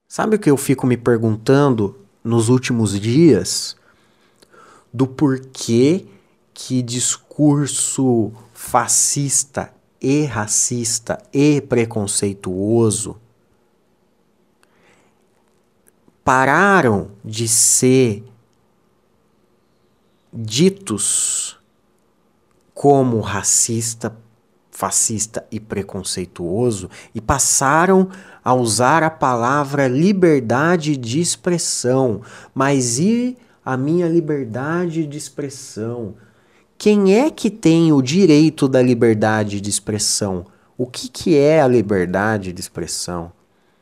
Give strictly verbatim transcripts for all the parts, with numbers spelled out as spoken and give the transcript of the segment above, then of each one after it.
Sabe o que eu fico me perguntando nos últimos dias? Do porquê que discurso fascista e racista e preconceituoso pararam de ser ditos como racista, fascista e preconceituoso e passaram a usar a palavra liberdade de expressão. Mas e a minha liberdade de expressão? Quem é que tem o direito da liberdade de expressão? O que, que é a liberdade de expressão?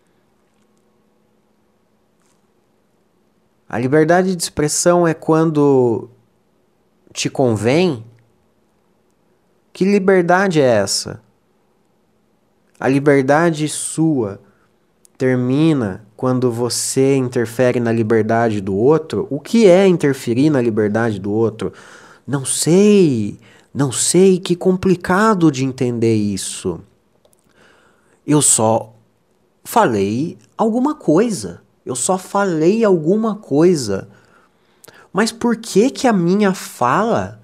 A liberdade de expressão é quando te convém? Que liberdade é essa? A liberdade sua termina quando você interfere na liberdade do outro? O que é interferir na liberdade do outro? Não sei, não sei, que complicado de entender isso. Eu só falei alguma coisa. Eu só falei alguma coisa. Mas por que que a minha fala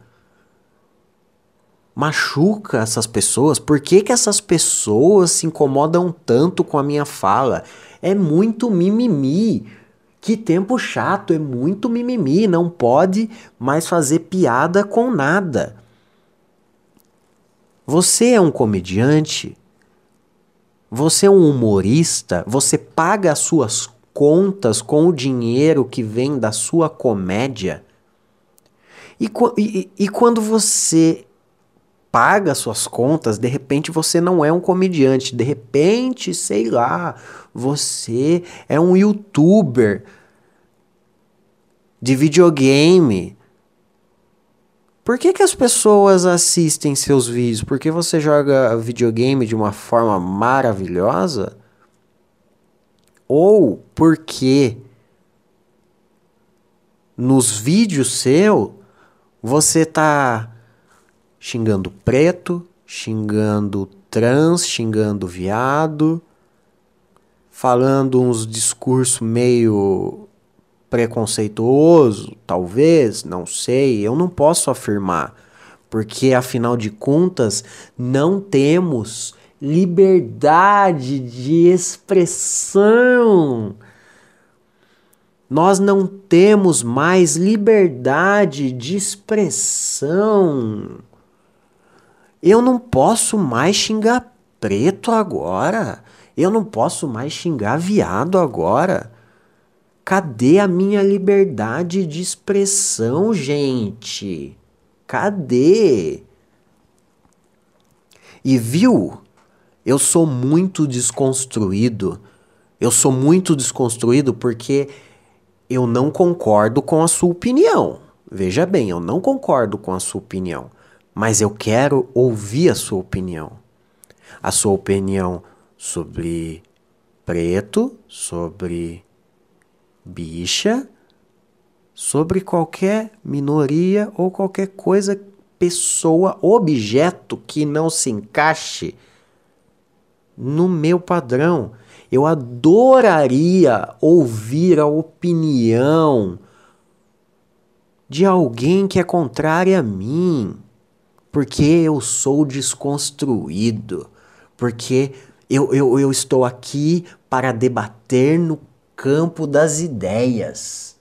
machuca essas pessoas? Por que que essas pessoas se incomodam tanto com a minha fala? É muito mimimi. Que tempo chato, é muito mimimi. Não pode mais fazer piada com nada. Você é um comediante? Você é um humorista? Você paga as suas contas com o dinheiro que vem da sua comédia? E, e, e quando você paga suas contas, de repente você não é um comediante, de repente, sei lá, você é um youtuber de videogame. Por que que as pessoas assistem seus vídeos? Porque você joga videogame de uma forma maravilhosa? Ou porque nos vídeos seus você tá xingando preto, xingando trans, xingando viado, falando uns discursos meio preconceituoso, talvez, não sei, eu não posso afirmar, porque afinal de contas não temos liberdade de expressão. Nós não temos mais liberdade de expressão. Eu não posso mais xingar preto agora. Eu não posso mais xingar viado agora. Cadê a minha liberdade de expressão, gente? Cadê? E viu? Eu sou muito desconstruído. Eu sou muito desconstruído porque eu não concordo com a sua opinião. Veja bem, eu não concordo com a sua opinião. Mas eu quero ouvir a sua opinião. A sua opinião sobre preto, sobre bicha, sobre qualquer minoria ou qualquer coisa, pessoa, objeto que não se encaixe no meu padrão. Eu adoraria ouvir a opinião de alguém que é contrária a mim, porque eu sou desconstruído, porque eu, eu, eu estou aqui para debater no campo das ideias.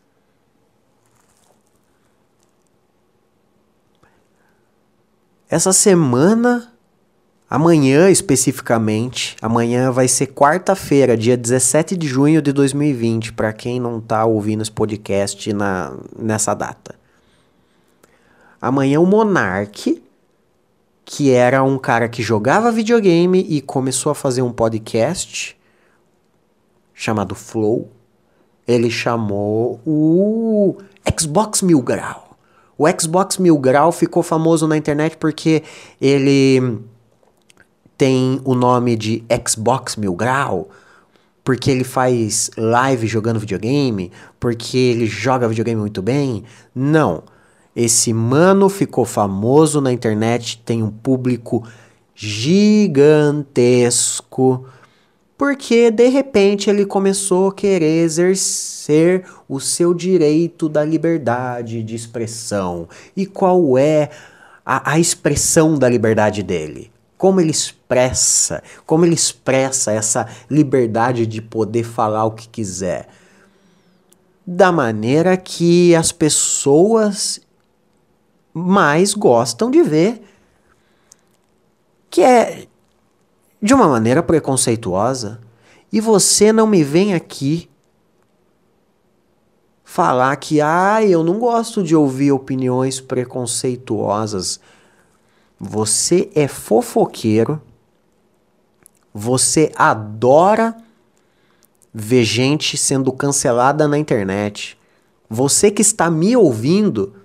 Essa semana, amanhã especificamente, amanhã vai ser quarta-feira, dia dezessete de junho de dois mil e vinte, para quem não tá ouvindo esse podcast na, nessa data. Amanhã o Monark, que era um cara que jogava videogame e começou a fazer um podcast chamado Flow, ele chamou o Xbox Mil Grau. O Xbox Mil Grau ficou famoso na internet porque ele tem o nome de Xbox Mil Grau, porque ele faz live jogando videogame, porque ele joga videogame muito bem. Não. Esse mano ficou famoso na internet, tem um público gigantesco, Porque de repente ele começou a querer exercer o seu direito da liberdade de expressão. E qual é a, a expressão da liberdade dele? Como ele expressa, como ele expressa essa liberdade de poder falar o que quiser? Da maneira que as pessoas mais gostam de ver, que é de uma maneira preconceituosa. E você não me vem aqui falar que, ah, eu não gosto de ouvir opiniões preconceituosas. Você é fofoqueiro, você adora ver gente sendo cancelada na internet. Você que está me ouvindo,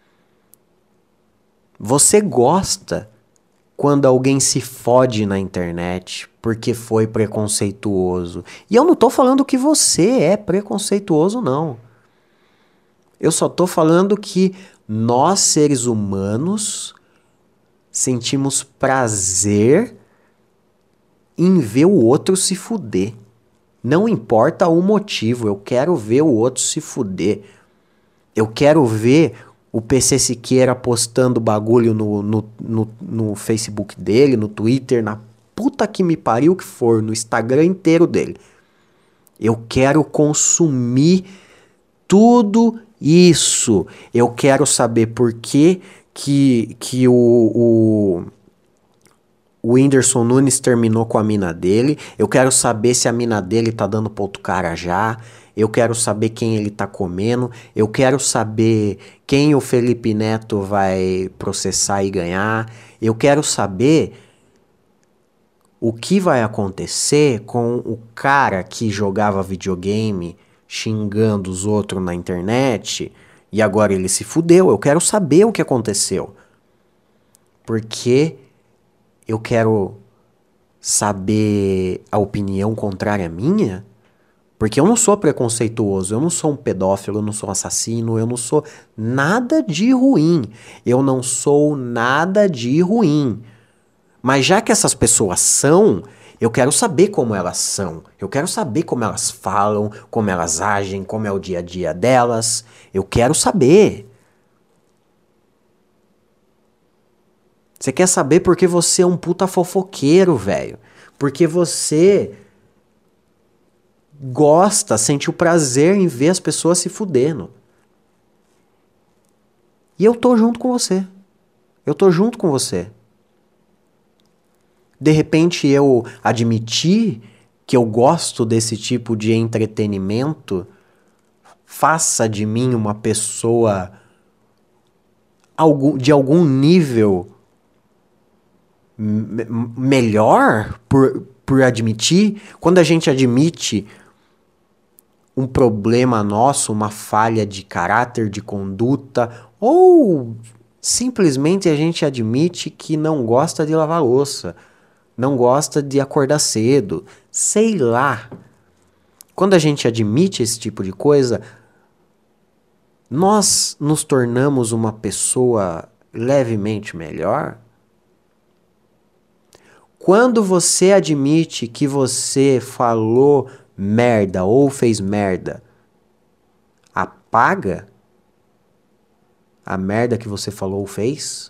você gosta quando alguém se fode na internet porque foi preconceituoso. E eu não tô falando que você é preconceituoso, não. Eu só tô falando que nós, seres humanos, sentimos prazer em ver o outro se fuder. Não importa o motivo, eu quero ver o outro se fuder. Eu quero ver o P C Siqueira postando bagulho no, no, no, no Facebook dele, no Twitter, na puta que me pariu que for, no Instagram inteiro dele. Eu quero consumir tudo isso. Eu quero saber por que que, que o, o, o Whindersson Nunes terminou com a mina dele. Eu quero saber se a mina dele tá dando pra outro cara já. Eu quero saber quem ele tá comendo. Eu quero saber quem o Felipe Neto vai processar e ganhar. Eu quero saber o que vai acontecer com o cara que jogava videogame xingando os outros na internet e agora ele se fudeu. Eu quero saber o que aconteceu. Porque eu quero saber a opinião contrária à minha. Porque eu não sou preconceituoso, eu não sou um pedófilo, eu não sou um assassino, eu não sou nada de ruim. Eu não sou nada de ruim. Mas já que essas pessoas são, eu quero saber como elas são. Eu quero saber como elas falam, como elas agem, como é o dia a dia delas. Eu quero saber. Você quer saber porque você é um puta fofoqueiro, velho. Porque você gosta, sente o prazer em ver as pessoas se fudendo. E eu tô junto com você. Eu tô junto com você. De repente eu admitir que eu gosto desse tipo de entretenimento faça de mim uma pessoa de algum nível melhor por, por admitir. Quando a gente admite um problema nosso, uma falha de caráter, de conduta, ou simplesmente a gente admite que não gosta de lavar louça, não gosta de acordar cedo, sei lá. Quando a gente admite esse tipo de coisa, nós nos tornamos uma pessoa levemente melhor. Quando você admite que você falou merda ou fez merda, apaga a merda que você falou ou fez?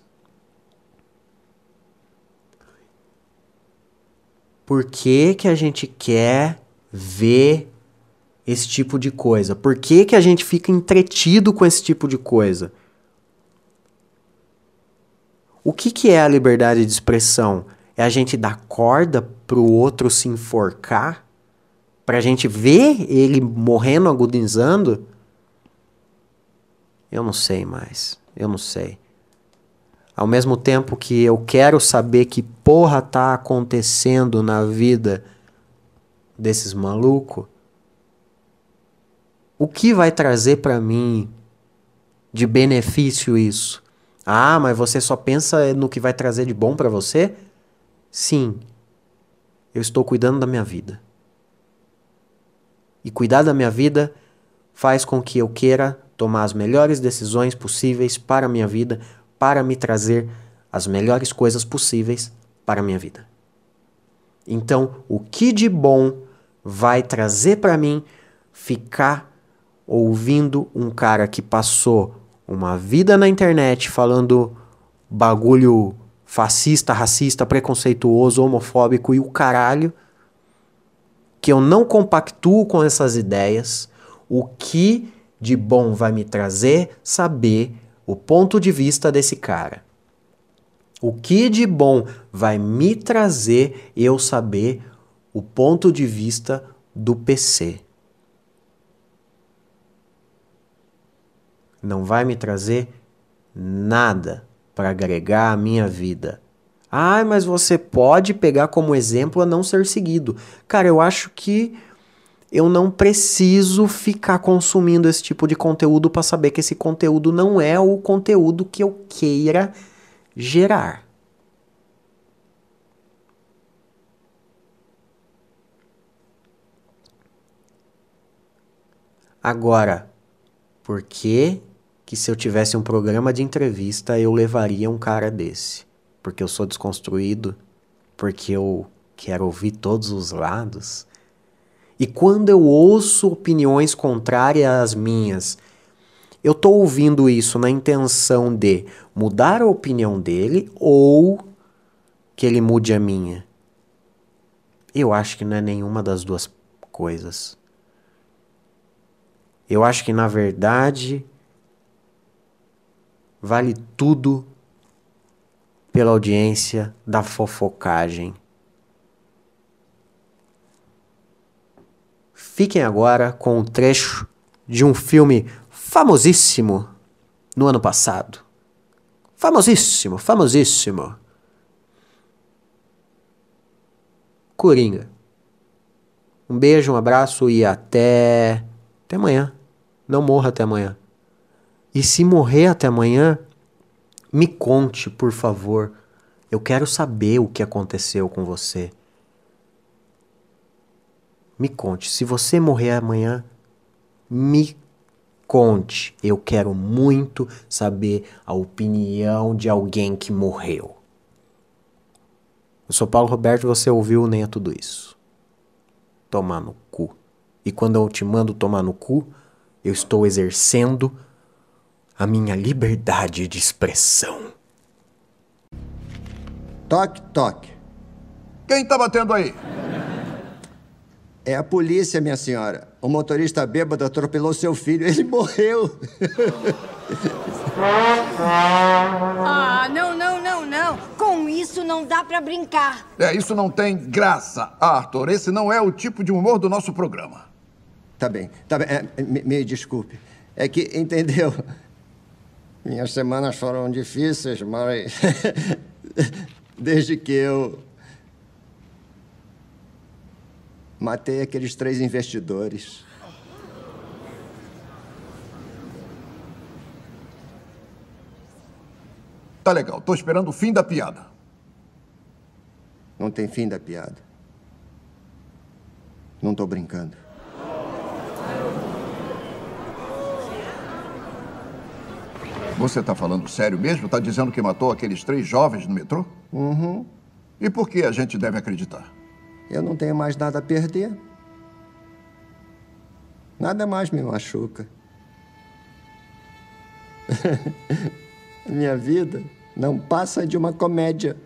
Por que que a gente quer ver esse tipo de coisa? Por que que a gente fica entretido com esse tipo de coisa? O que que é a liberdade de expressão? É a gente dar corda pro outro se enforcar? Pra gente ver ele morrendo, agonizando? Eu não sei mais. Eu não sei. Ao mesmo tempo que eu quero saber que porra tá acontecendo na vida desses malucos, o que vai trazer pra mim de benefício isso? Ah, mas você só pensa no que vai trazer de bom pra você? Sim. Eu estou cuidando da minha vida. E cuidar da minha vida faz com que eu queira tomar as melhores decisões possíveis para a minha vida, para me trazer as melhores coisas possíveis para a minha vida. Então, o que de bom vai trazer para mim ficar ouvindo um cara que passou uma vida na internet falando bagulho fascista, racista, preconceituoso, homofóbico e o caralho, que eu não compactuo com essas ideias, o que de bom vai me trazer saber o ponto de vista desse cara? O que de bom vai me trazer eu saber o ponto de vista do P C? Não vai me trazer nada para agregar à minha vida. Ah, mas você pode pegar como exemplo a não ser seguido. Cara, eu acho que eu não preciso ficar consumindo esse tipo de conteúdo para saber que esse conteúdo não é o conteúdo que eu queira gerar. Agora, por que que se eu tivesse um programa de entrevista eu levaria um cara desse? Porque eu sou desconstruído? Porque eu quero ouvir todos os lados? E quando eu ouço opiniões contrárias às minhas, eu estou ouvindo isso na intenção de mudar a opinião dele ou que ele mude a minha? Eu acho que não é nenhuma das duas coisas. Eu acho que, na verdade, vale tudo pela audiência da fofocagem. Fiquem agora com um trecho de um filme famosíssimo no ano passado. Famosíssimo, famosíssimo. Coringa. Um beijo, um abraço e até... Até amanhã. Não morra até amanhã. E se morrer até amanhã, me conte, por favor. Eu quero saber o que aconteceu com você. Me conte. Se você morrer amanhã, me conte. Eu quero muito saber a opinião de alguém que morreu. Eu sou Paulo Roberto e você ouviu nem é tudo isso. Tomar no cu. E quando eu te mando tomar no cu, eu estou exercendo a minha liberdade de expressão. Toque, toque. Quem tá batendo aí? É a polícia, minha senhora. O motorista bêbado atropelou seu filho. Ele morreu. Ah, não, não, não, não. Com isso não dá pra brincar. É, isso não tem graça, Arthur. Esse não é o tipo de humor do nosso programa. Tá bem, tá bem. É, me, me desculpe. É que, entendeu? Minhas semanas foram difíceis, mas... Desde que eu... matei aqueles três investidores. Tá legal, tô esperando o fim da piada. Não tem fim da piada. Não tô brincando. Você tá falando sério mesmo? Tá dizendo que matou aqueles três jovens no metrô? Uhum. E por que a gente deve acreditar? Eu não tenho mais nada a perder. Nada mais me machuca. Minha vida não passa de uma comédia.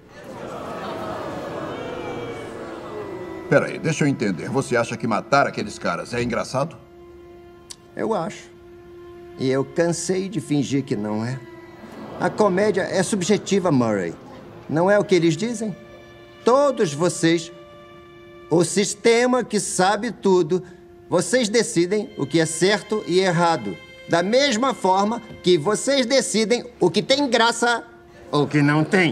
Peraí, deixa eu entender. Você acha que matar aqueles caras é engraçado? Eu acho. E eu cansei de fingir que não é. A comédia é subjetiva, Murray. Não é o que eles dizem? Todos vocês, o sistema que sabe tudo, vocês decidem o que é certo e errado. Da mesma forma que vocês decidem o que tem graça ou o que não tem.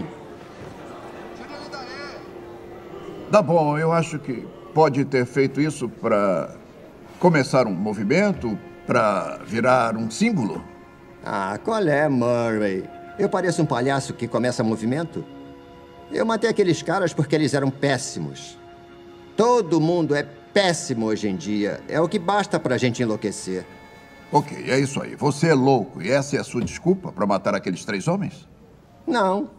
Tá bom, eu acho que pode ter feito isso para começar um movimento, para virar um símbolo. Ah, qual é, Murray? Eu pareço um palhaço que começa movimento? Eu matei aqueles caras porque eles eram péssimos. Todo mundo é péssimo hoje em dia. É o que basta pra gente enlouquecer. Ok, é isso aí. Você é louco e essa é a sua desculpa para matar aqueles três homens? Não.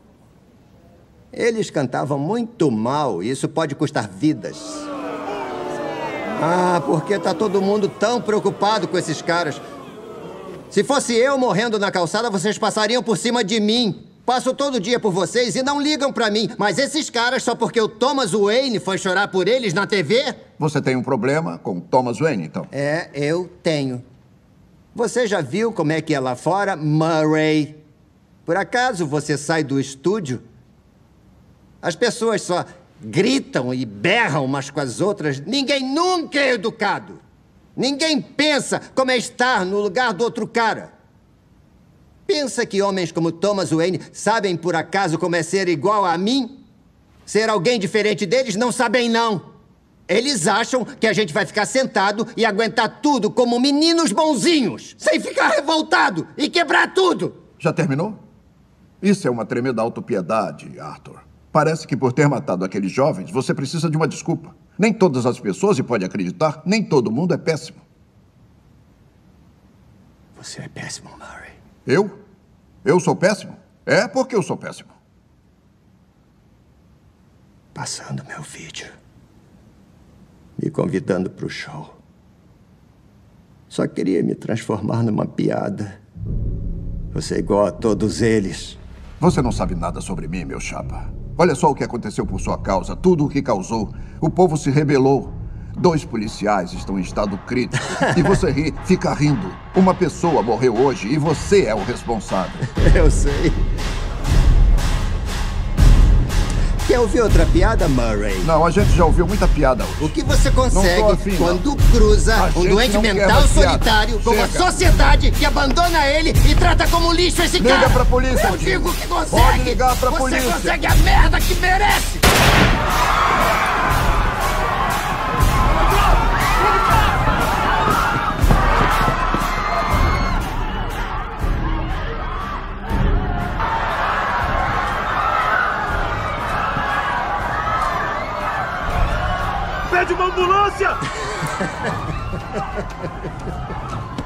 Eles cantavam muito mal e isso pode custar vidas. Ah, porque tá todo mundo tão preocupado com esses caras. Se fosse eu morrendo na calçada, vocês passariam por cima de mim. Passo todo dia por vocês e não ligam pra mim. Mas esses caras, só porque o Thomas Wayne foi chorar por eles na T V? Você tem um problema com Thomas Wayne, então? É, eu tenho. Você já viu como é que é lá fora, Murray? Por acaso você sai do estúdio? As pessoas só gritam e berram umas com as outras. Ninguém nunca é educado. Ninguém pensa como é estar no lugar do outro cara. Pensa que homens como Thomas Wayne sabem por acaso como é ser igual a mim? Ser alguém diferente deles? Não sabem, não. Eles acham que a gente vai ficar sentado e aguentar tudo como meninos bonzinhos, sem ficar revoltado e quebrar tudo. Já terminou? Isso é uma tremenda autopiedade, Arthur. Parece que por ter matado aqueles jovens, você precisa de uma desculpa. Nem todas as pessoas, e pode acreditar, nem todo mundo é péssimo. Você é péssimo, Murray. Eu? Eu sou péssimo? É porque eu sou péssimo. Passando meu vídeo. Me convidando pro show. Só queria me transformar numa piada. Você é igual a todos eles. Você não sabe nada sobre mim, meu chapa. Olha só o que aconteceu por sua causa, tudo o que causou. O povo se rebelou. Dois policiais estão em estado crítico. E você ri, fica rindo. Uma pessoa morreu hoje e você é o responsável. Eu sei. Quer ouvir outra piada, Murray? Não, a gente já ouviu muita piada hoje. O que você consegue afim, quando cruza A um gente doente não quer mental mais piada. solitário com uma Chega. sociedade que abandona ele e trata como lixo esse Liga cara? pra polícia, Eu Jim. digo que consegue! Pode ligar pra você polícia. consegue a merda que merece! Pede uma ambulância!